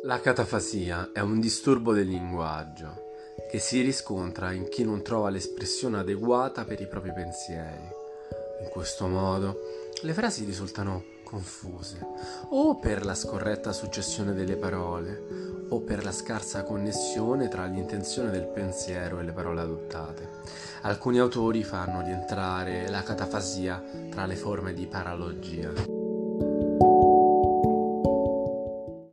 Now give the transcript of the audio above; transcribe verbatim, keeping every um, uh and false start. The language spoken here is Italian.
La catafasia è un disturbo del linguaggio che si riscontra in chi non trova l'espressione adeguata per i propri pensieri. In questo modo, le frasi risultano confuse, o per la scorretta successione delle parole, o per la scarsa connessione tra l'intenzione del pensiero e le parole adottate. Alcuni autori fanno rientrare la catafasia tra le forme di paralogia.